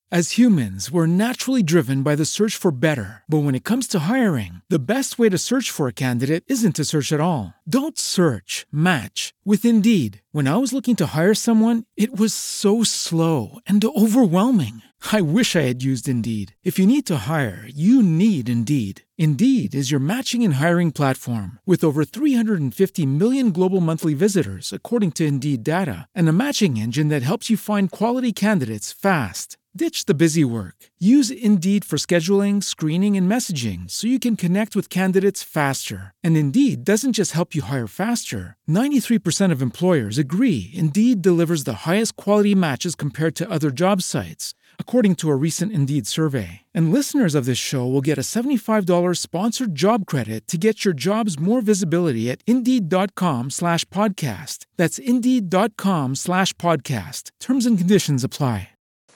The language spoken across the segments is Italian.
As humans, we're naturally driven by the search for better. But when it comes to hiring, the best way to search for a candidate isn't to search at all. Don't search, match with Indeed. When I was looking to hire someone, it was so slow and overwhelming. I wish I had used Indeed. If you need to hire, you need Indeed. Indeed is your matching and hiring platform with over 350 million global monthly visitors, according to Indeed data, and a matching engine that helps you find quality candidates fast. Ditch the busy work. Use Indeed for scheduling, screening, and messaging so you can connect with candidates faster. And Indeed doesn't just help you hire faster. 93% of employers agree Indeed delivers the highest quality matches compared to other job sites, according to a recent Indeed survey. And listeners of this show will get a $75 sponsored job credit to get your jobs more visibility at Indeed.com/podcast. That's Indeed.com/podcast. Terms and conditions apply.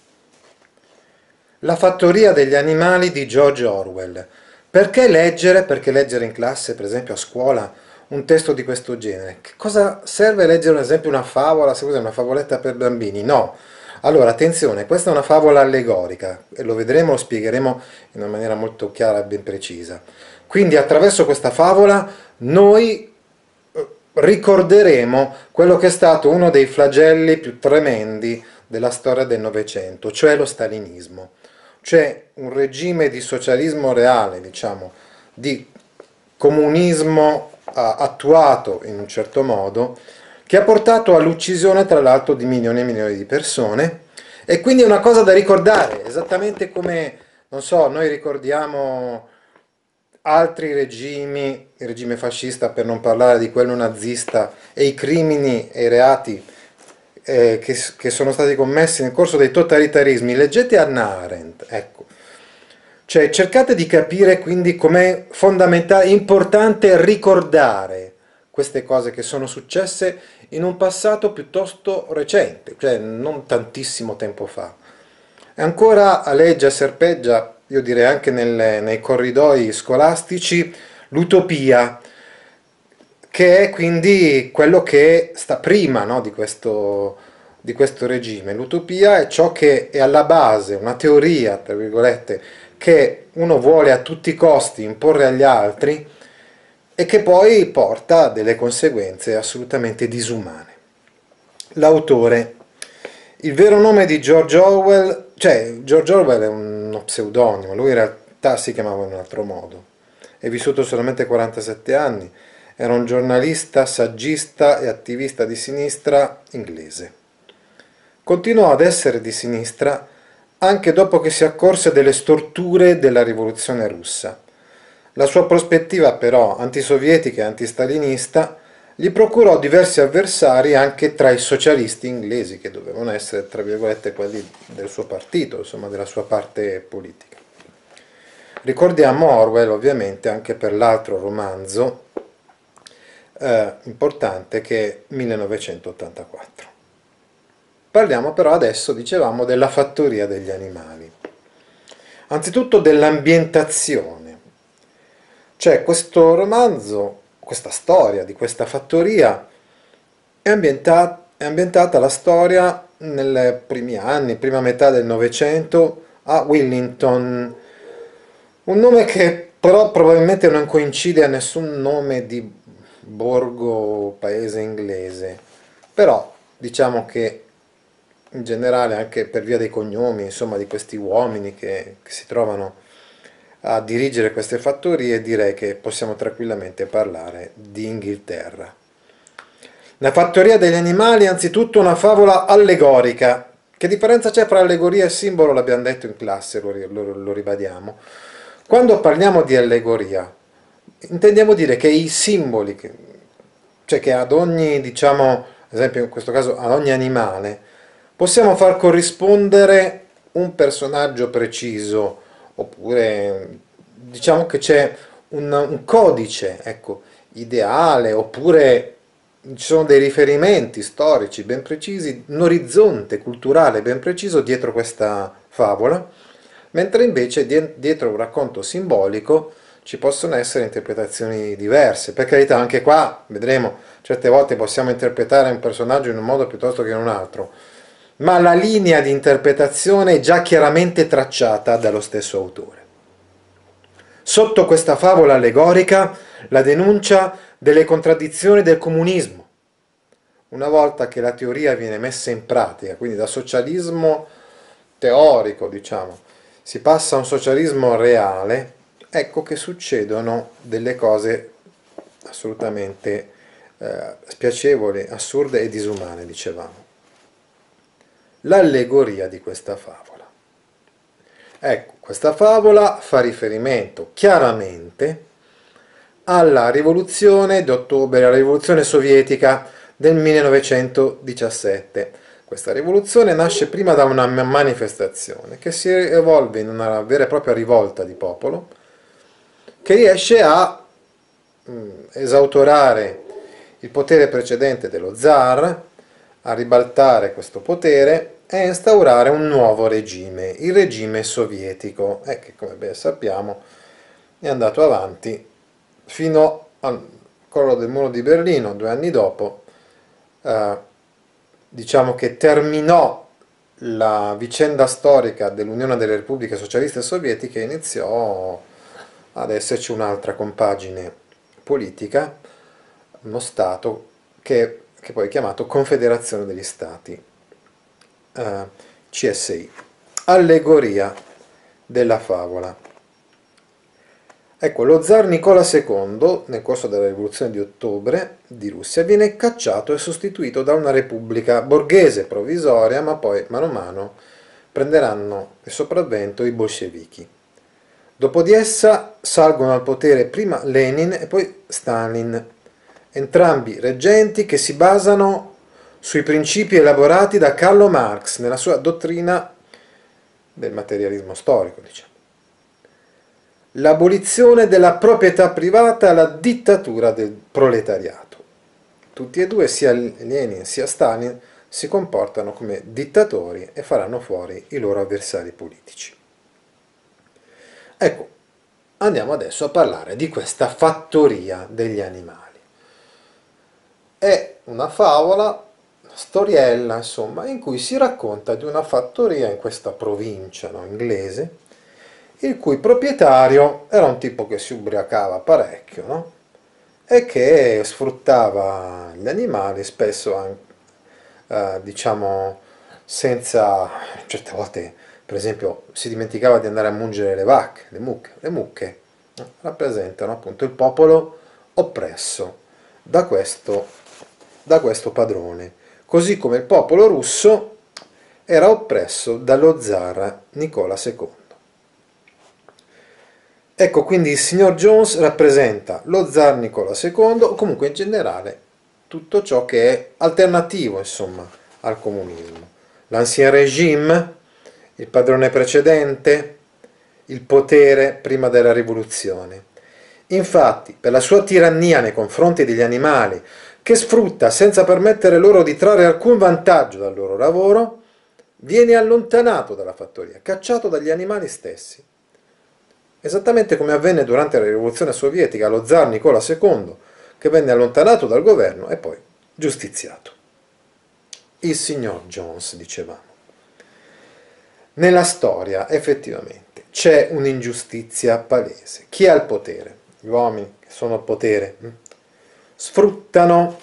La fattoria degli animali di George Orwell. Perché leggere in classe, per esempio a scuola, un testo di questo genere? Che cosa serve leggere, ad esempio, una favola, se una favoletta per bambini? No. Allora, attenzione, questa è una favola allegorica, e lo vedremo, lo spiegheremo in una maniera molto chiara e ben precisa. Quindi, attraverso questa favola, noi ricorderemo quello che è stato uno dei flagelli più tremendi della storia del Novecento, cioè lo stalinismo. Cioè un regime di socialismo reale, diciamo, di comunismo attuato in un certo modo, che ha portato all'uccisione tra l'altro di milioni e milioni di persone, e quindi è una cosa da ricordare, esattamente come, non so, noi ricordiamo altri regimi, il regime fascista per non parlare di quello nazista, e i crimini e i reati che sono stati commessi nel corso dei totalitarismi. Leggete Hannah Arendt, ecco. Cioè, cercate di capire quindi com'è fondamentale, importante ricordare queste cose che sono successe in un passato piuttosto recente, cioè non tantissimo tempo fa. E ancora aleggia, serpeggia, io direi anche nei corridoi scolastici, l'utopia, che è quindi quello che sta prima, no, di questo regime. L'utopia è ciò che è alla base, una teoria, tra virgolette, che uno vuole a tutti i costi imporre agli altri e che poi porta a delle conseguenze assolutamente disumane. L'autore, il vero nome di George Orwell, cioè George Orwell è uno pseudonimo, lui in realtà si chiamava in un altro modo, è vissuto solamente 47 anni, era un giornalista, saggista e attivista di sinistra inglese. Continuò ad essere di sinistra anche dopo che si accorse delle storture della rivoluzione russa. La sua prospettiva però antisovietica e antistalinista gli procurò diversi avversari anche tra i socialisti inglesi, che dovevano essere, tra virgolette, quelli del suo partito, insomma della sua parte politica. Ricordiamo Orwell ovviamente anche per l'altro romanzo importante che è 1984. Parliamo però adesso, dicevamo, della fattoria degli animali. Anzitutto dell'ambientazione. Cioè questo romanzo, questa storia di questa fattoria è ambientata la storia nei primi anni, prima metà del Novecento, a Willington, un nome che però probabilmente non coincide a nessun nome di borgo o paese inglese, però diciamo che in generale anche per via dei cognomi, insomma, di questi uomini che si trovano a dirigere queste fattorie, direi che possiamo tranquillamente parlare di Inghilterra. La fattoria degli animali è anzitutto una favola allegorica. Che differenza c'è tra allegoria e simbolo? L'abbiamo detto in classe, lo ribadiamo. Quando parliamo di allegoria intendiamo dire che i simboli, cioè che ad ogni, diciamo, ad esempio in questo caso ad ogni animale, possiamo far corrispondere un personaggio preciso, oppure diciamo che c'è un codice, ecco, ideale, oppure ci sono dei riferimenti storici ben precisi, un orizzonte culturale ben preciso dietro questa favola, mentre invece dietro un racconto simbolico ci possono essere interpretazioni diverse. Per carità, anche qua vedremo, certe volte possiamo interpretare un personaggio in un modo piuttosto che in un altro, ma la linea di interpretazione è già chiaramente tracciata dallo stesso autore. Sotto questa favola allegorica la denuncia delle contraddizioni del comunismo. Una volta che la teoria viene messa in pratica, quindi da socialismo teorico, diciamo, si passa a un socialismo reale, ecco che succedono delle cose assolutamente spiacevoli, assurde e disumane, dicevamo. L'allegoria di questa favola. Ecco, questa favola fa riferimento chiaramente alla rivoluzione d'ottobre, alla rivoluzione sovietica del 1917. Questa rivoluzione nasce prima da una manifestazione che si evolve in una vera e propria rivolta di popolo che riesce a esautorare il potere precedente dello zar, a ribaltare questo potere e instaurare un nuovo regime, il regime sovietico, che come ben sappiamo è andato avanti fino al crollo del muro di Berlino 2 anni dopo. Diciamo che terminò la vicenda storica dell'Unione delle Repubbliche Socialiste Sovietiche e iniziò ad esserci un'altra compagine politica, uno Stato che poi è chiamato Confederazione degli Stati, CSI. Allegoria della favola. Ecco, lo zar Nicola II, nel corso della rivoluzione di ottobre di Russia, viene cacciato e sostituito da una repubblica borghese provvisoria, ma poi mano a mano prenderanno il sopravvento i bolscevichi. Dopo di essa salgono al potere prima Lenin e poi Stalin, entrambi reggenti che si basano sui principi elaborati da Carlo Marx nella sua dottrina del materialismo storico, diciamo. L'abolizione della proprietà privata e la dittatura del proletariato. Tutti e due, sia Lenin sia Stalin, si comportano come dittatori e faranno fuori i loro avversari politici. Ecco, andiamo adesso a parlare di questa fattoria degli animali. È una favola, una storiella, insomma, in cui si racconta di una fattoria in questa provincia, no, inglese, il cui proprietario era un tipo che si ubriacava parecchio, no? E che sfruttava gli animali, spesso anche, diciamo, senza, certe volte, per esempio, si dimenticava di andare a mungere le vacche, le mucche, no? Rappresentano appunto il popolo oppresso da questo padrone, così come il popolo russo era oppresso dallo zar Nicola II. Ecco, quindi il signor Jones rappresenta lo zar Nicola II, o comunque in generale tutto ciò che è alternativo, insomma, al comunismo. L'ancien régime, il padrone precedente, il potere prima della rivoluzione. Infatti, per la sua tirannia nei confronti degli animali, che sfrutta senza permettere loro di trarre alcun vantaggio dal loro lavoro, viene allontanato dalla fattoria, cacciato dagli animali stessi. Esattamente come avvenne durante la rivoluzione sovietica allo zar Nicola II, che venne allontanato dal governo e poi giustiziato. Il signor Jones, dicevamo. Nella storia, effettivamente, c'è un'ingiustizia palese. Chi ha il potere? Gli uomini che sono al potere sfruttano,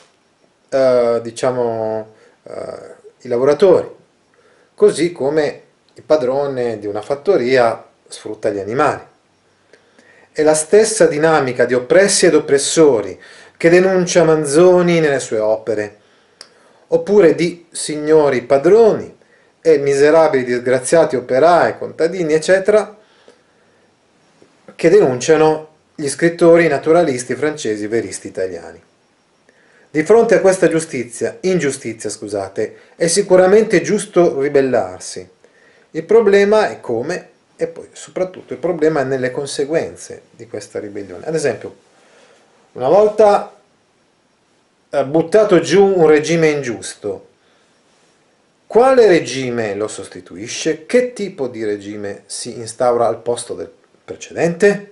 i lavoratori, così come il padrone di una fattoria sfrutta gli animali. È la stessa dinamica di oppressi ed oppressori che denuncia Manzoni nelle sue opere, oppure di signori padroni e miserabili disgraziati operai, contadini, eccetera, che denunciano gli scrittori naturalisti francesi veristi italiani. Di fronte a questa ingiustizia, è sicuramente giusto ribellarsi. Il problema è come, e poi soprattutto il problema è nelle conseguenze di questa ribellione. Ad esempio, una volta buttato giù un regime ingiusto, quale regime lo sostituisce? Che tipo di regime si instaura al posto del precedente?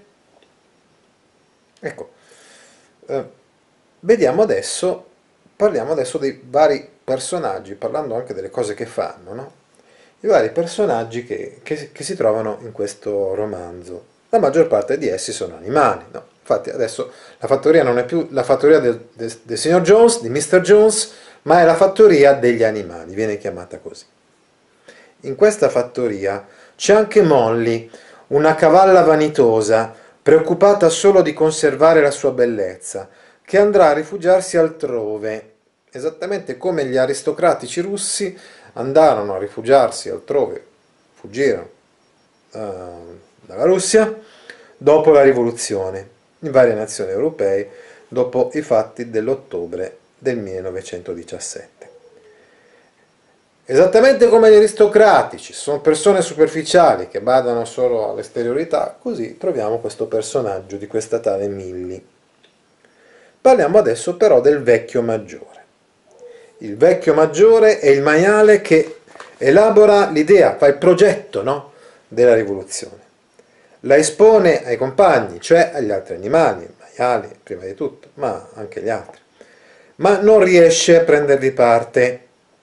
Ecco, parliamo adesso dei vari personaggi, parlando anche delle cose che fanno, no? I vari personaggi che si trovano in questo romanzo. La maggior parte di essi sono animali, no? Infatti adesso la fattoria non è più la fattoria del signor Jones, di Mr. Jones, ma è la fattoria degli animali, viene chiamata così. In questa fattoria c'è anche Molly, una cavalla vanitosa, preoccupata solo di conservare la sua bellezza, che andrà a rifugiarsi altrove, esattamente come gli aristocratici russi andarono a rifugiarsi altrove, fuggirono dalla Russia dopo la rivoluzione in varie nazioni europee, dopo i fatti dell'ottobre del 1917. Esattamente come gli aristocratici, sono persone superficiali che badano solo all'esteriorità, così troviamo questo personaggio di questa tale Millie. Parliamo adesso però del vecchio maggiore. Il vecchio maggiore è il maiale che elabora l'idea, fa il progetto, no? Della rivoluzione. La espone ai compagni, cioè agli altri animali, i maiali prima di tutto, ma anche gli altri. Ma non riesce a prendervi parte.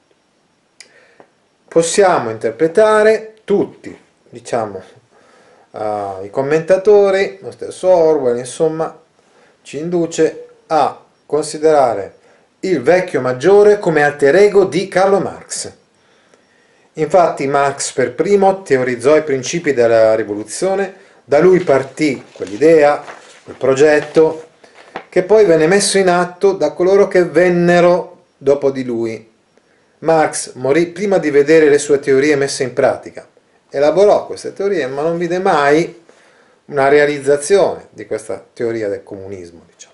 Possiamo interpretare tutti, diciamo, i commentatori, lo stesso Orwell, insomma, ci induce a considerare il vecchio maggiore come alter ego di Carlo Marx. Infatti Marx per primo teorizzò i principi della rivoluzione, da lui partì quell'idea, quel progetto, che poi venne messo in atto da coloro che vennero dopo di lui. Marx morì prima di vedere le sue teorie messe in pratica. Elaborò queste teorie, ma non vide mai una realizzazione di questa teoria del comunismo, diciamo.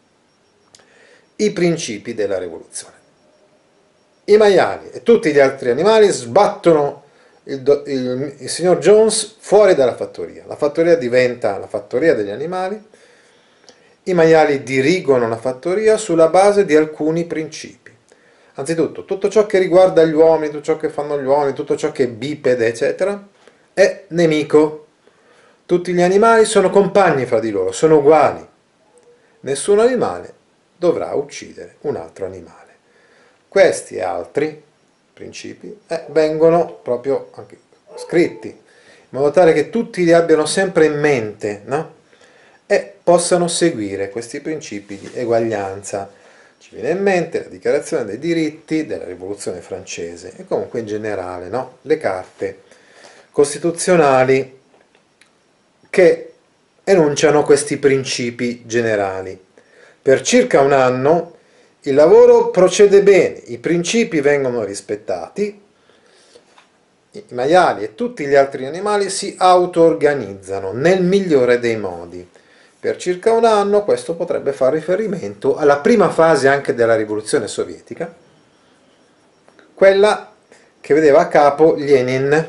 I principi della rivoluzione. I maiali e tutti gli altri animali sbattono il signor Jones fuori dalla fattoria. La fattoria diventa la fattoria degli animali. I maiali dirigono la fattoria sulla base di alcuni principi. Anzitutto, tutto ciò che riguarda gli uomini, tutto ciò che fanno gli uomini, tutto ciò che è bipede, eccetera, è nemico. Tutti gli animali sono compagni fra di loro, sono uguali. Nessun animale dovrà uccidere un altro animale. Questi e altri principi vengono proprio anche scritti, in modo tale che tutti li abbiano sempre in mente, no? E possano seguire questi principi di eguaglianza. Ci viene in mente la dichiarazione dei diritti della rivoluzione francese e comunque in generale, no? Le carte costituzionali che enunciano questi principi generali. Per circa un anno il lavoro procede bene, i principi vengono rispettati, i maiali e tutti gli altri animali si auto-organizzano nel migliore dei modi. Per circa un anno questo potrebbe fare riferimento alla prima fase anche della rivoluzione sovietica, quella che vedeva a capo Lenin,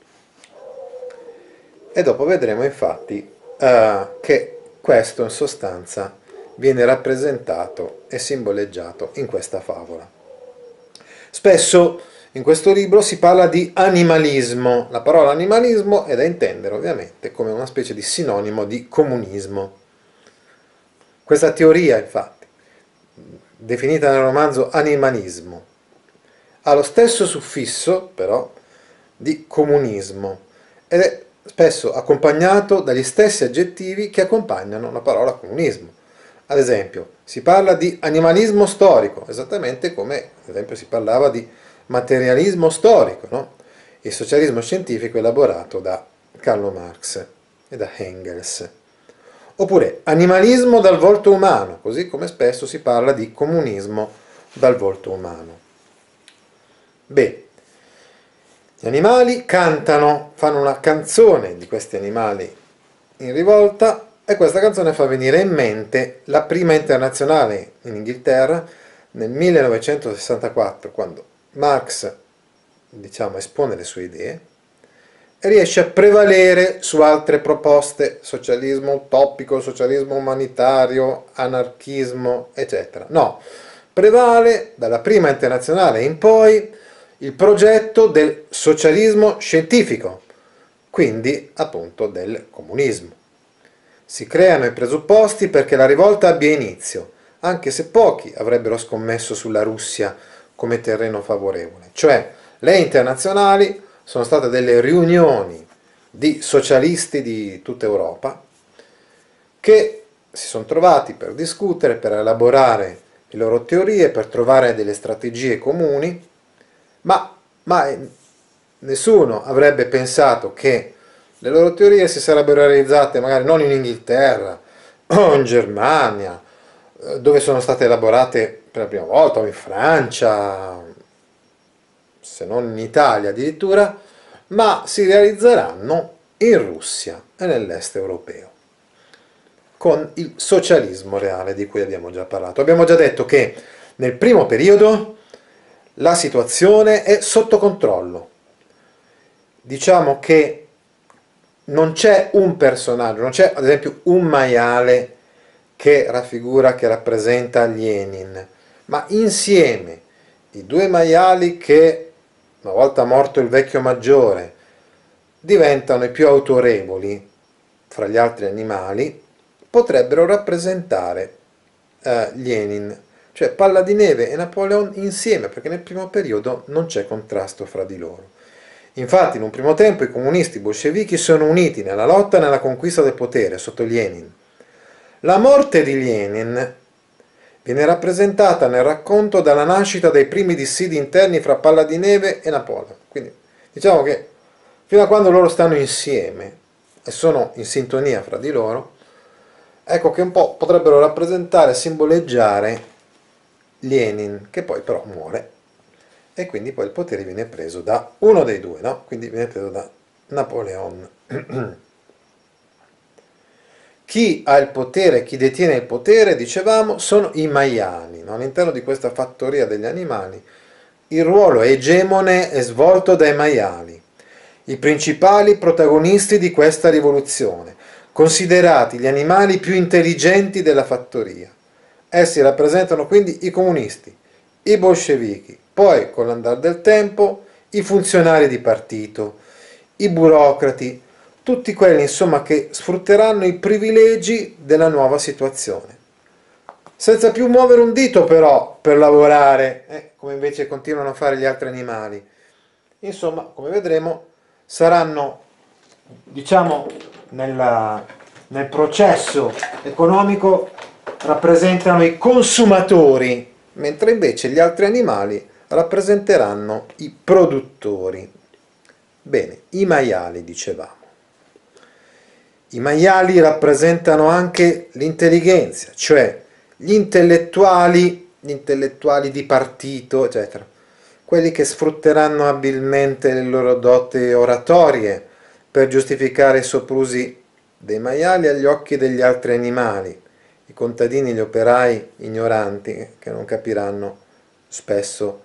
e dopo vedremo infatti che questo in sostanza viene rappresentato e simboleggiato in questa favola. Spesso in questo libro si parla di animalismo. La parola animalismo è da intendere ovviamente come una specie di sinonimo di comunismo. Questa teoria, infatti, definita nel romanzo animalismo, ha lo stesso suffisso, però, di comunismo ed è spesso accompagnato dagli stessi aggettivi che accompagnano la parola comunismo. Ad esempio, si parla di animalismo storico, esattamente come, ad esempio, si parlava di materialismo storico, no? Il socialismo scientifico elaborato da Carlo Marx e da Engels. Oppure animalismo dal volto umano, così come spesso si parla di comunismo dal volto umano. Beh, gli animali cantano, fanno una canzone di questi animali in rivolta, e questa canzone fa venire in mente la prima internazionale in Inghilterra nel 1964, quando Marx, diciamo, espone le sue idee e riesce a prevalere su altre proposte, socialismo utopico, socialismo umanitario, anarchismo, eccetera. No, prevale dalla prima internazionale in poi il progetto del socialismo scientifico, quindi appunto del comunismo. Si creano i presupposti perché la rivolta abbia inizio, anche se pochi avrebbero scommesso sulla Russia come terreno favorevole. Cioè, le internazionali sono state delle riunioni di socialisti di tutta Europa che si sono trovati per discutere, per elaborare le loro teorie, per trovare delle strategie comuni, ma nessuno avrebbe pensato che le loro teorie si sarebbero realizzate magari non in Inghilterra o in Germania, dove sono state elaborate per la prima volta, o in Francia, se non in Italia addirittura, ma si realizzeranno in Russia e nell'est europeo, con il socialismo reale di cui abbiamo già parlato. Abbiamo già detto che nel primo periodo la situazione è sotto controllo. Diciamo che non c'è un personaggio, non c'è ad esempio un maiale che raffigura, che rappresenta Lenin, ma insieme i due maiali che, una volta morto il vecchio maggiore, diventano i più autorevoli fra gli altri animali, potrebbero rappresentare Lenin, cioè Palla di Neve e Napoleon insieme, perché nel primo periodo non c'è contrasto fra di loro. Infatti in un primo tempo i comunisti bolscevichi sono uniti nella lotta e nella conquista del potere sotto Lenin. La morte di Lenin viene rappresentata nel racconto dalla nascita dei primi dissidi interni fra Palla di Neve e Napoleon. Quindi diciamo che fino a quando loro stanno insieme e sono in sintonia fra di loro, ecco che un po' potrebbero rappresentare, simboleggiare Lenin, che poi però muore. E quindi poi il potere viene preso da uno dei due, no? Quindi viene preso da Napoleon. Chi ha il potere, chi detiene il potere, dicevamo, sono i maiali, no? All'interno di questa fattoria degli animali il ruolo egemone è svolto dai maiali, i principali protagonisti di questa rivoluzione, considerati gli animali più intelligenti della fattoria. Essi rappresentano quindi i comunisti, i bolscevichi, poi con l'andare del tempo i funzionari di partito, i burocrati, tutti quelli insomma che sfrutteranno i privilegi della nuova situazione, senza più muovere un dito però per lavorare, come invece continuano a fare gli altri animali. Insomma, come vedremo, saranno, diciamo, nel processo economico rappresentano i consumatori, mentre invece gli altri animali rappresenteranno i produttori. Bene, i maiali, dicevamo. I maiali rappresentano anche l'intelligenza, cioè gli intellettuali di partito, eccetera, quelli che sfrutteranno abilmente le loro doti oratorie per giustificare i soprusi dei maiali agli occhi degli altri animali, i contadini, gli operai ignoranti che non capiranno spesso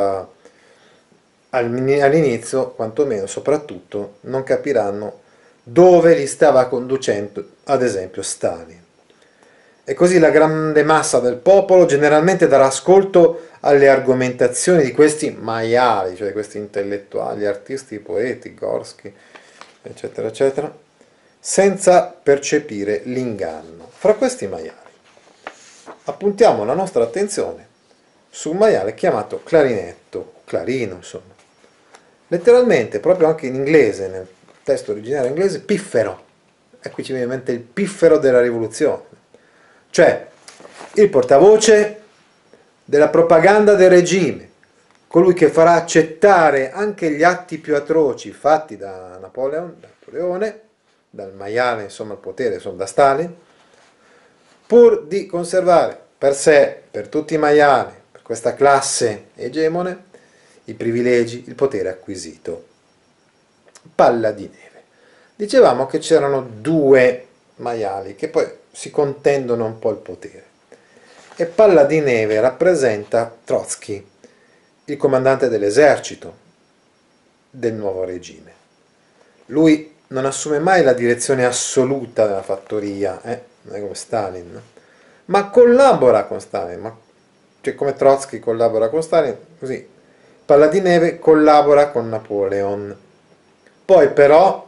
all'inizio, quantomeno, soprattutto, non capiranno dove li stava conducendo, ad esempio, Stalin. E così la grande massa del popolo generalmente darà ascolto alle argomentazioni di questi maiali, cioè questi intellettuali, artisti, poeti, Gorsky, eccetera, eccetera, senza percepire l'inganno. Fra questi maiali appuntiamo la nostra attenzione su un maiale chiamato clarinetto, clarino, insomma. Letteralmente, proprio anche in inglese, nel testo originario inglese, piffero. E qui ci viene in mente il piffero della rivoluzione, cioè il portavoce della propaganda del regime, colui che farà accettare anche gli atti più atroci fatti da Napoleone, dal maiale, insomma, al potere, insomma, da Stalin, pur di conservare per sé, per tutti i maiali, per questa classe egemone, i privilegi, il potere acquisito. Palla di Neve. Dicevamo che c'erano due maiali che poi si contendono un po' il potere. E Palla di Neve rappresenta Trotsky, il comandante dell'esercito del nuovo regime. Lui non assume mai la direzione assoluta della fattoria, non è come Stalin, no? Ma collabora con Stalin, cioè come Trotsky collabora con Stalin, così Palla di Neve collabora con Napoleon. Poi però,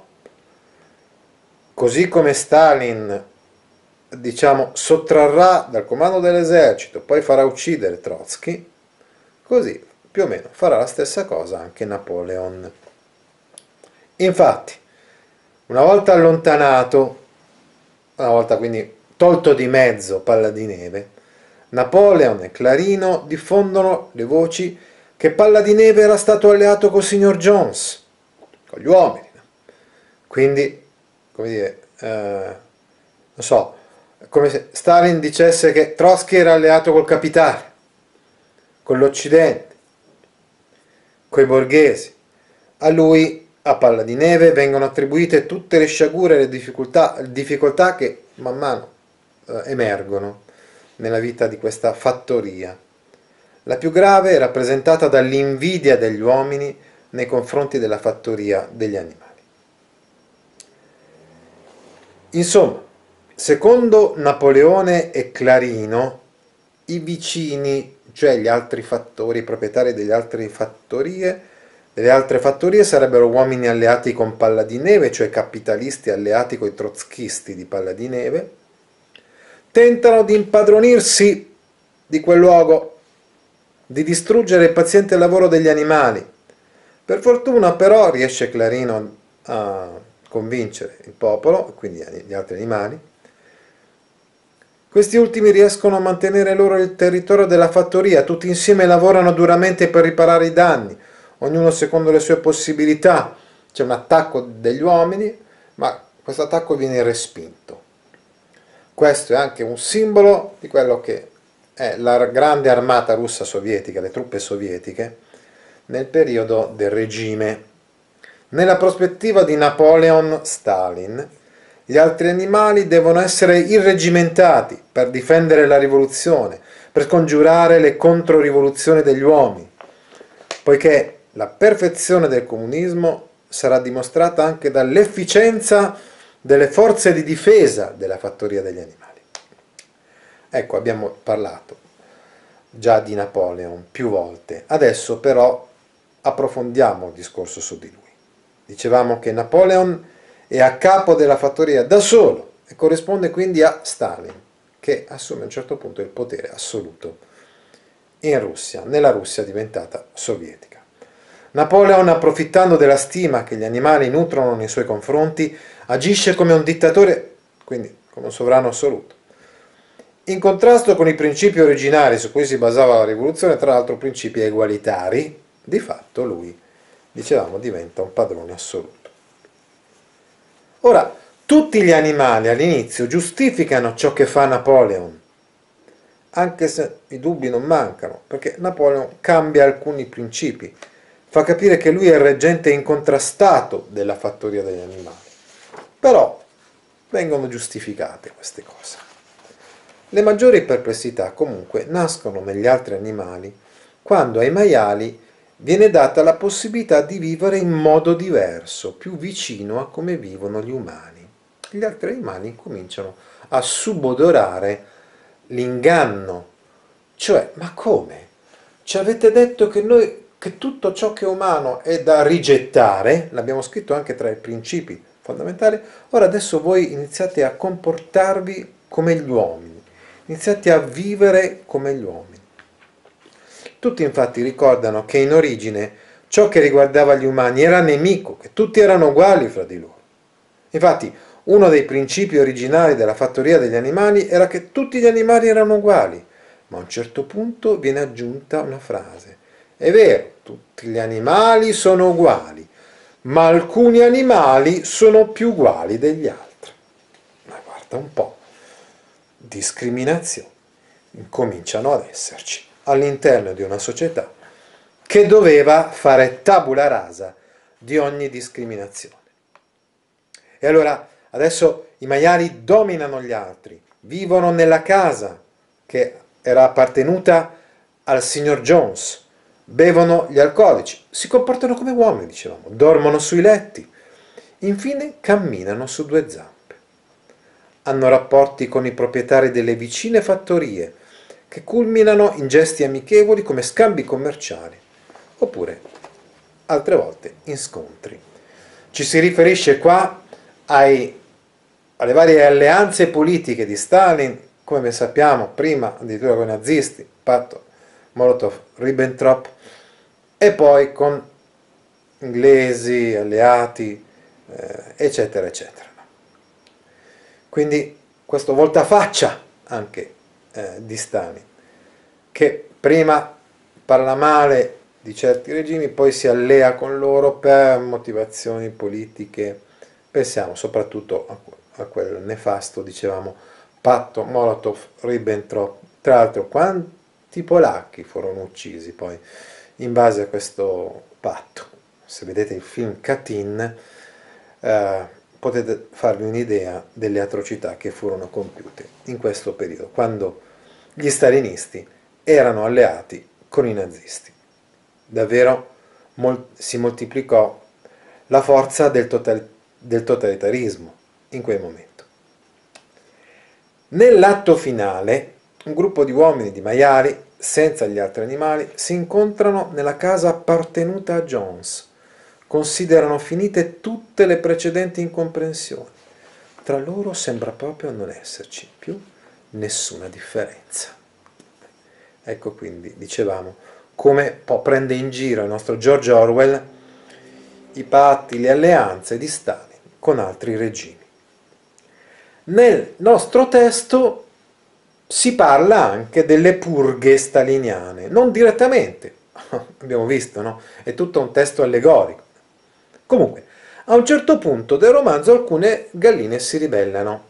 così come Stalin, diciamo, sottrarrà dal comando dell'esercito, poi farà uccidere Trotsky, così più o meno farà la stessa cosa anche Napoleon. Infatti, una volta allontanato, una volta quindi tolto di mezzo Palla di Neve, Napoleon e Clarino diffondono le voci che Palla di Neve era stato alleato col signor Jones, con gli uomini. Quindi, come dire, non so, come se Stalin dicesse che Trotsky era alleato col capitale, con l'Occidente, coi borghesi. A lui, a Palla di Neve, vengono attribuite tutte le sciagure e le difficoltà che man mano emergono nella vita di questa fattoria. La più grave è rappresentata dall'invidia degli uomini nei confronti della fattoria degli animali. Insomma, secondo Napoleone e Clarino, i vicini, cioè gli altri fattori, i proprietari delle altre fattorie sarebbero uomini alleati con Palla di Neve, cioè capitalisti alleati con i trotskisti di Palla di Neve, tentano di impadronirsi di quel luogo, di distruggere il paziente lavoro degli animali. Per fortuna però riesce Clarino a convincere il popolo, quindi gli altri animali. Questi ultimi riescono a mantenere loro il territorio della fattoria, tutti insieme lavorano duramente per riparare i danni, ognuno secondo le sue possibilità. C'è un attacco degli uomini, ma questo attacco viene respinto. Questo è anche un simbolo di quello che è la grande armata russa sovietica, le truppe sovietiche, nel periodo del regime. Nella prospettiva di Napoleon Stalin, gli altri animali devono essere irreggimentati per difendere la rivoluzione, per scongiurare le controrivoluzioni degli uomini, poiché la perfezione del comunismo sarà dimostrata anche dall'efficienza delle forze di difesa della fattoria degli animali. Ecco, abbiamo parlato già di Napoleon più volte, adesso però approfondiamo il discorso su di lui. Dicevamo che Napoleon è a capo della fattoria da solo e corrisponde quindi a Stalin, che assume a un certo punto il potere assoluto in Russia, nella Russia diventata sovietica. Napoleon, approfittando della stima che gli animali nutrono nei suoi confronti, agisce come un dittatore, quindi come un sovrano assoluto. In contrasto con i principi originari su cui si basava la rivoluzione, tra l'altro principi egualitari, di fatto lui, dicevamo, diventa un padrone assoluto. Ora, tutti gli animali all'inizio giustificano ciò che fa Napoleon, anche se i dubbi non mancano, perché Napoleon cambia alcuni principi, fa capire che lui è il reggente incontrastato della fattoria degli animali. Però vengono giustificate queste cose. Le maggiori perplessità comunque nascono negli altri animali quando ai maiali viene data la possibilità di vivere in modo diverso, più vicino a come vivono gli umani. Gli altri animali cominciano a subodorare l'inganno, cioè, ma come? Ci avete detto che tutto ciò che è umano è da rigettare, l'abbiamo scritto anche tra i principi fondamentali, ora adesso voi iniziate a comportarvi come gli uomini, iniziate a vivere come gli uomini. Tutti infatti ricordano che in origine ciò che riguardava gli umani era nemico, che tutti erano uguali fra di loro. Infatti uno dei principi originali della fattoria degli animali era che tutti gli animali erano uguali, ma a un certo punto viene aggiunta una frase. È vero, tutti gli animali sono uguali, ma alcuni animali sono più uguali degli altri. Ma guarda un po', discriminazioni incominciano ad esserci all'interno di una società che doveva fare tabula rasa di ogni discriminazione. E allora adesso i maiali dominano gli altri, vivono nella casa che era appartenuta al signor Jones, bevono gli alcolici, si comportano come uomini, dicevamo, dormono sui letti, infine camminano su due zampe. Hanno rapporti con i proprietari delle vicine fattorie, che culminano in gesti amichevoli come scambi commerciali, oppure altre volte in scontri. Ci si riferisce qua alle varie alleanze politiche di Stalin, come ben sappiamo, prima addirittura con i nazisti, patto Molotov-Ribbentrop, e poi con inglesi, alleati, eccetera, eccetera. Quindi questo voltafaccia anche di Stalin, che prima parla male di certi regimi, poi si allea con loro per motivazioni politiche. Pensiamo soprattutto a quel nefasto, dicevamo, patto Molotov-Ribbentrop. Tra l'altro, quanti polacchi furono uccisi poi in base a questo patto? Se vedete il film Katyn, potete farvi un'idea delle atrocità che furono compiute in questo periodo, quando gli stalinisti erano alleati con i nazisti. Davvero si moltiplicò la forza del totalitarismo in quel momento. Nell'atto finale, un gruppo di uomini di maiali, senza gli altri animali, si incontrano nella casa appartenuta a Jones. Considerano finite tutte le precedenti incomprensioni. Tra loro sembra proprio non esserci più nessuna differenza. Ecco quindi, dicevamo, come prende in giro il nostro George Orwell i patti, le alleanze di Stalin con altri regimi. Nel nostro testo si parla anche delle purghe staliniane, non direttamente, abbiamo visto, no? È tutto un testo allegorico. Comunque, a un certo punto del romanzo alcune galline si ribellano.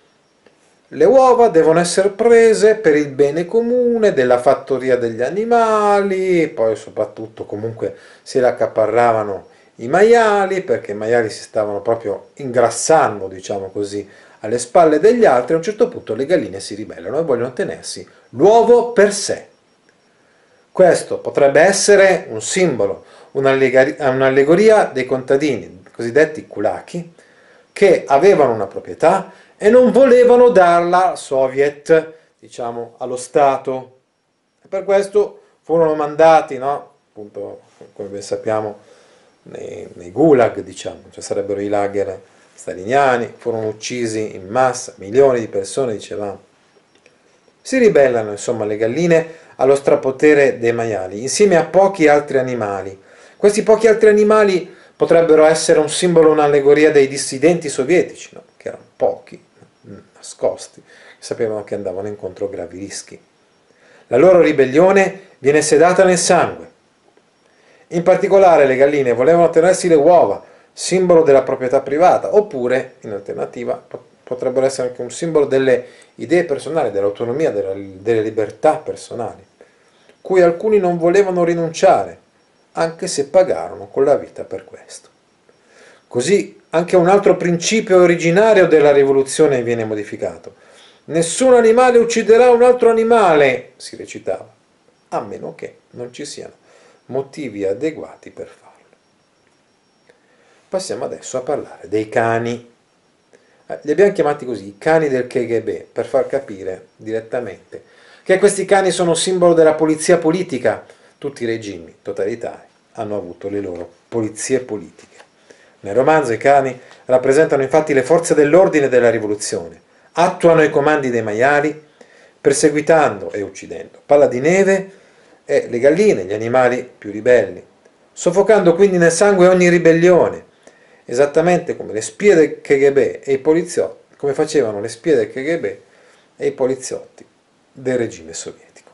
Le uova devono essere prese per il bene comune della fattoria degli animali, poi soprattutto comunque se la accaparravano i maiali, perché i maiali si stavano proprio ingrassando, diciamo così, alle spalle degli altri. A un certo punto le galline si ribellano e vogliono tenersi l'uovo per sé. Questo potrebbe essere un simbolo, un'allegoria dei contadini, cosiddetti kulaki, che avevano una proprietà e non volevano darla al Soviet, diciamo, allo Stato. E per questo furono mandati, no? Appunto, come ben sappiamo, nei gulag, diciamo, cioè sarebbero i lager staliniani, furono uccisi in massa, milioni di persone, dicevamo. Si ribellano, insomma, le galline allo strapotere dei maiali, insieme a pochi altri animali. Questi pochi altri animali potrebbero essere un simbolo, un'allegoria dei dissidenti sovietici, no? Che erano pochi, nascosti, sapevano che andavano incontro a gravi rischi. La loro ribellione viene sedata nel sangue. In particolare le galline volevano tenersi le uova, simbolo della proprietà privata, oppure, in alternativa, potrebbero essere anche un simbolo delle idee personali, dell'autonomia, delle libertà personali, cui alcuni non volevano rinunciare, anche se pagarono con la vita per questo. Così anche un altro principio originario della rivoluzione viene modificato. Nessun animale ucciderà un altro animale, si recitava, a meno che non ci siano motivi adeguati per farlo. Passiamo adesso a parlare dei cani. Li abbiamo chiamati così, i cani del KGB, per far capire direttamente che questi cani sono simbolo della polizia politica. Tutti i regimi totalitari hanno avuto le loro polizie politiche. Nel romanzo i cani rappresentano infatti le forze dell'ordine della rivoluzione, attuano i comandi dei maiali, perseguitando e uccidendo Palla di Neve e le galline, gli animali più ribelli, soffocando quindi nel sangue ogni ribellione, esattamente come le spie del KGB e i poliziotti, come facevano le spie del KGB e i poliziotti del regime sovietico.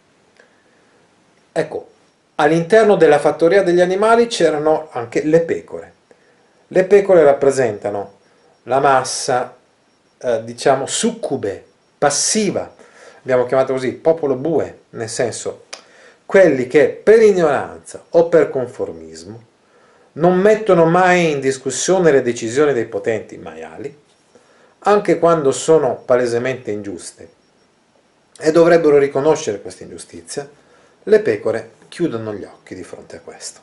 Ecco, all'interno della fattoria degli animali c'erano anche le pecore. Le pecore rappresentano la massa, diciamo, succube, passiva, abbiamo chiamato così, popolo bue, nel senso, quelli che per ignoranza o per conformismo non mettono mai in discussione le decisioni dei potenti maiali, anche quando sono palesemente ingiuste, e dovrebbero riconoscere questa ingiustizia. Le pecore chiudono gli occhi di fronte a questo.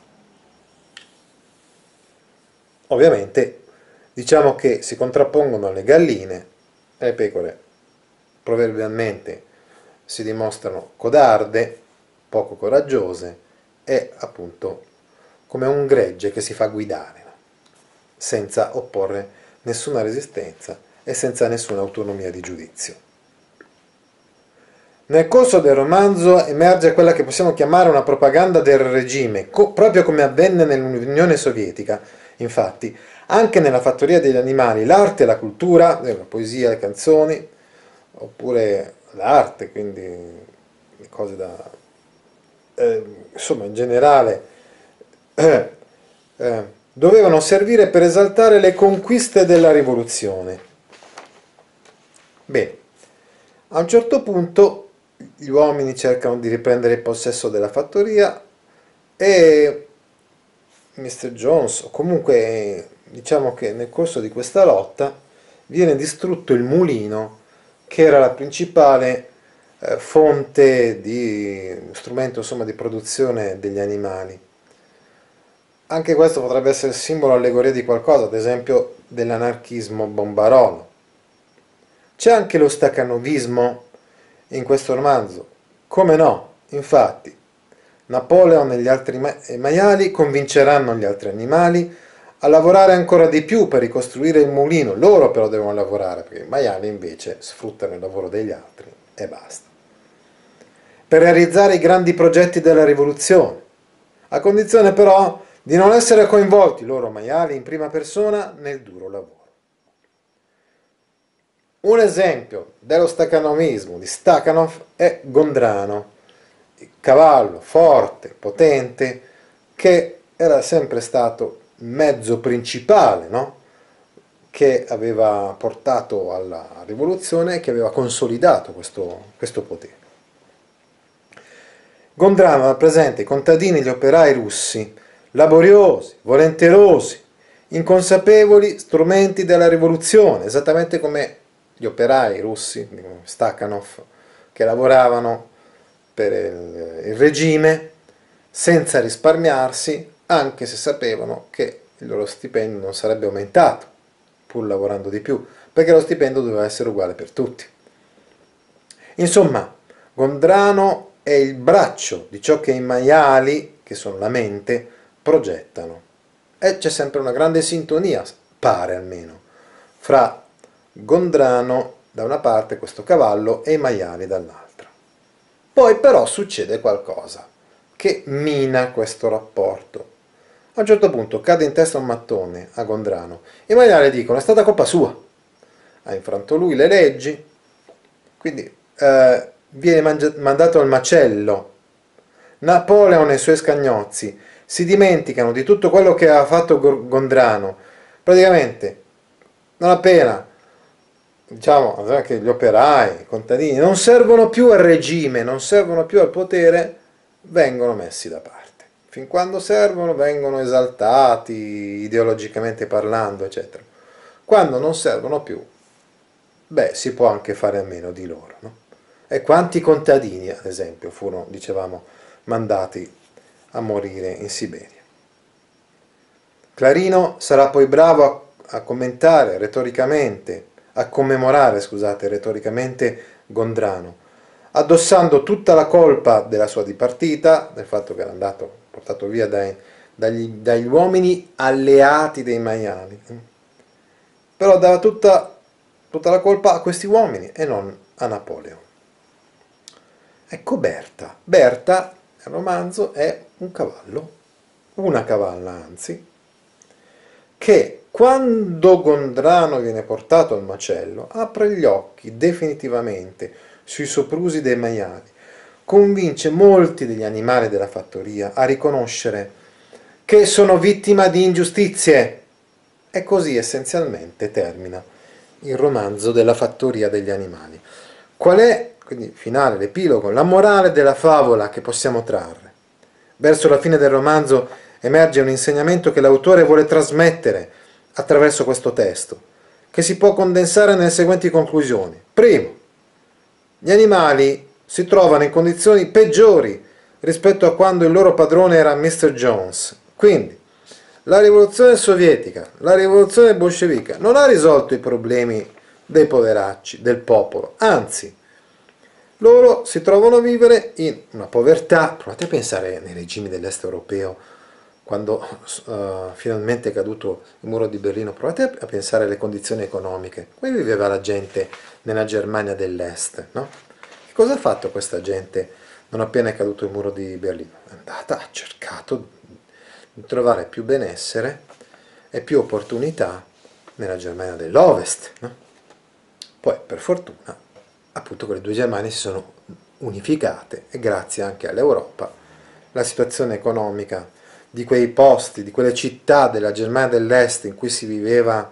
Ovviamente diciamo che si contrappongono alle galline e le pecore proverbialmente si dimostrano codarde, poco coraggiose e appunto come un gregge che si fa guidare, no? Senza opporre nessuna resistenza e senza nessuna autonomia di giudizio. Nel corso del romanzo emerge quella che possiamo chiamare una propaganda del regime, proprio come avvenne nell'Unione Sovietica. Infatti, anche nella fattoria degli animali, l'arte e la cultura, la poesia, le canzoni, oppure l'arte, quindi le cose da... insomma, in generale, dovevano servire per esaltare le conquiste della rivoluzione. Bene, a un certo punto gli uomini cercano di riprendere il possesso della fattoria e Mr. Jones, o comunque diciamo che nel corso di questa lotta viene distrutto il mulino che era la principale fonte di strumento, insomma, di produzione degli animali. Anche questo potrebbe essere simbolo allegoria di qualcosa, ad esempio dell'anarchismo bombarolo. C'è anche lo staccanovismo in questo romanzo. Come no? Infatti, Napoleon e gli altri maiali convinceranno gli altri animali a lavorare ancora di più per ricostruire il mulino. Loro però devono lavorare, perché i maiali invece sfruttano il lavoro degli altri e basta. Per realizzare i grandi progetti della rivoluzione, a condizione però di non essere coinvolti loro maiali in prima persona nel duro lavoro. Un esempio dello staccanovismo di Stakhanov è Gondrano, il cavallo forte, potente, che era sempre stato il mezzo principale, no? Che aveva portato alla rivoluzione e che aveva consolidato questo potere. Gondrano rappresenta i contadini e gli operai russi, laboriosi, volenterosi, inconsapevoli strumenti della rivoluzione, esattamente come gli operai russi, Stakhanov, che lavoravano per il regime senza risparmiarsi, anche se sapevano che il loro stipendio non sarebbe aumentato, pur lavorando di più, perché lo stipendio doveva essere uguale per tutti. Insomma, Gondrano è il braccio di ciò che i maiali, che sono la mente, progettano. E c'è sempre una grande sintonia, pare almeno, fra Gondrano da una parte, questo cavallo, e i maiali dall'altra. Poi però succede qualcosa che mina questo rapporto. A un certo punto cade in testa un mattone a Gondrano. I maiali dicono: è stata colpa sua, ha infranto lui le leggi, quindi viene mandato al macello. Napoleon e i suoi scagnozzi si dimenticano di tutto quello che aveva fatto Gondrano. Praticamente, non appena, diciamo, che gli operai, i contadini non servono più al regime, non servono più al potere, vengono messi da parte. Fin quando servono vengono esaltati ideologicamente parlando, eccetera. Quando non servono più, beh, si può anche fare a meno di loro, no? E quanti contadini, ad esempio, furono, dicevamo, mandati a morire in Siberia. Clarino sarà poi bravo a commentare retoricamente, a commemorare, scusate, retoricamente Gondrano, addossando tutta la colpa della sua dipartita, del fatto che era andato portato via dagli uomini alleati dei maiali. Però dava tutta la colpa a questi uomini e non a Napoleon. Ecco Berta. Berta, nel romanzo, è un cavallo, una cavalla anzi, che quando Gondrano viene portato al macello apre gli occhi definitivamente sui soprusi dei maiali, convince molti degli animali della fattoria a riconoscere che sono vittima di ingiustizie, e così essenzialmente termina il romanzo della fattoria degli animali. Qual è, quindi finale, l'epilogo, la morale della favola che possiamo trarre? Verso la fine del romanzo emerge un insegnamento che l'autore vuole trasmettere attraverso questo testo, che si può condensare nelle seguenti conclusioni. Primo, gli animali si trovano in condizioni peggiori rispetto a quando il loro padrone era Mr. Jones. Quindi, la rivoluzione sovietica, la rivoluzione bolscevica non ha risolto i problemi dei poveracci, del popolo, anzi, loro si trovano a vivere in una povertà. Provate a pensare nei regimi dell'est europeo, quando finalmente è caduto il muro di Berlino, provate a pensare alle condizioni economiche. Come viveva la gente nella Germania dell'est, no? Che cosa ha fatto questa gente non appena è caduto il muro di Berlino? È andata, ha cercato di trovare più benessere e più opportunità nella Germania dell'Ovest, no? Poi, per fortuna, appunto quelle due Germanie si sono unificate e grazie anche all'Europa la situazione economica di quei posti, di quelle città della Germania dell'Est in cui si viveva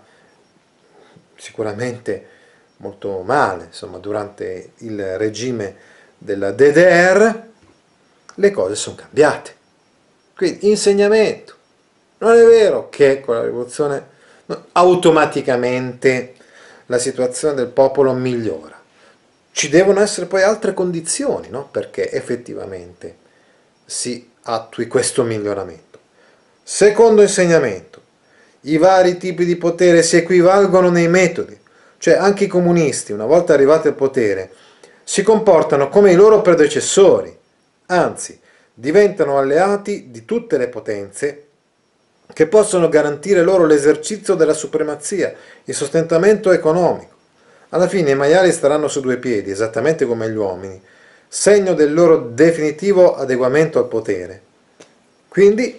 sicuramente molto male, insomma, durante il regime della DDR, le cose sono cambiate. Quindi, insegnamento. Non è vero che con la rivoluzione automaticamente la situazione del popolo migliora. Ci devono essere poi altre condizioni, no? Perché effettivamente si attui questo miglioramento. Secondo insegnamento, i vari tipi di potere si equivalgono nei metodi, cioè anche i comunisti, una volta arrivati al potere, si comportano come i loro predecessori, anzi, diventano alleati di tutte le potenze che possono garantire loro l'esercizio della supremazia, il sostentamento economico. Alla fine i maiali staranno su due piedi, esattamente come gli uomini, segno del loro definitivo adeguamento al potere. Quindi,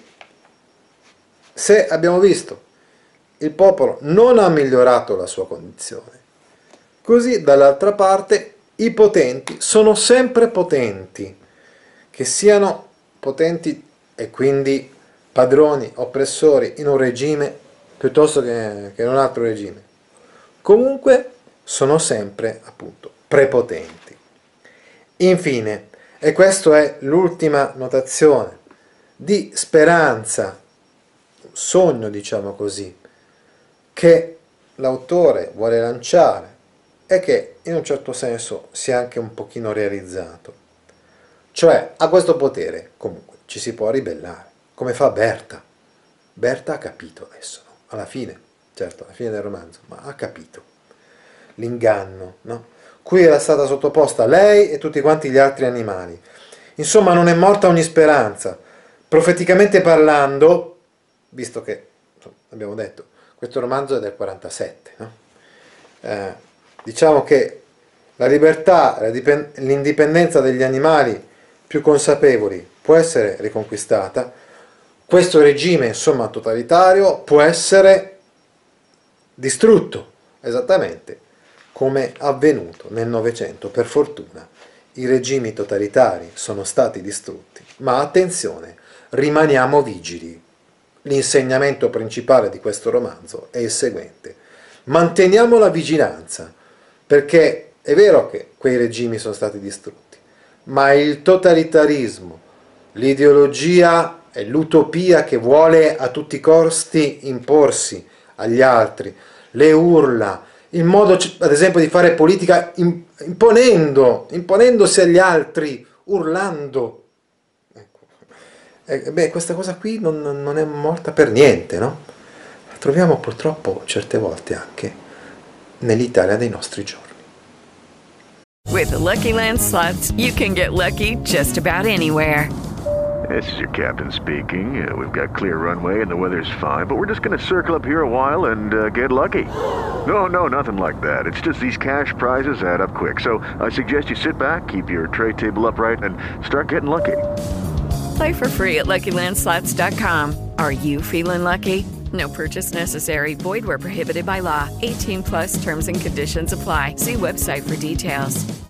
se abbiamo visto, il popolo non ha migliorato la sua condizione, così dall'altra parte i potenti sono sempre potenti, che siano potenti e quindi padroni, oppressori in un regime piuttosto che in un altro regime. Comunque sono sempre appunto prepotenti. Infine, e questa è l'ultima notazione di speranza, sogno diciamo così, che l'autore vuole lanciare e che in un certo senso si è anche un pochino realizzato. Cioè, a questo potere comunque ci si può ribellare, come fa Berta. Berta ha capito adesso, no? Alla fine, certo, alla fine del romanzo, ma ha capito l'inganno, no? Cui era stata sottoposta lei e tutti quanti gli altri animali. Insomma, non è morta ogni speranza. Profeticamente parlando, visto che, insomma, abbiamo detto, questo romanzo è del 47, no? Diciamo che la libertà, l'indipendenza degli animali più consapevoli può essere riconquistata, questo regime, insomma, totalitario può essere distrutto, esattamente come avvenuto nel Novecento. Per fortuna i regimi totalitari sono stati distrutti, ma attenzione, rimaniamo vigili. L'insegnamento principale di questo romanzo è il seguente: manteniamo la vigilanza, perché è vero che quei regimi sono stati distrutti, ma il totalitarismo, l'ideologia e l'utopia che vuole a tutti i costi imporsi agli altri, le urla, il modo ad esempio di fare politica imponendosi agli altri, urlando. Beh, questa cosa qui non è morta per niente, no? La troviamo purtroppo certe volte anche nell'Italia dei nostri giorni. With the Lucky Land Slots, you can get lucky just about anywhere. This is your captain speaking. We've got clear runway and the weather's fine, but we're just going to circle up here a while and get lucky. No, nothing like that. It's just these cash prizes add up quick. So I suggest you sit back, keep your tray table upright, and start getting lucky. Play for free at LuckyLandSlots.com. Are you feeling lucky? No purchase necessary. Void where prohibited by law. 18+ terms and conditions apply. See website for details.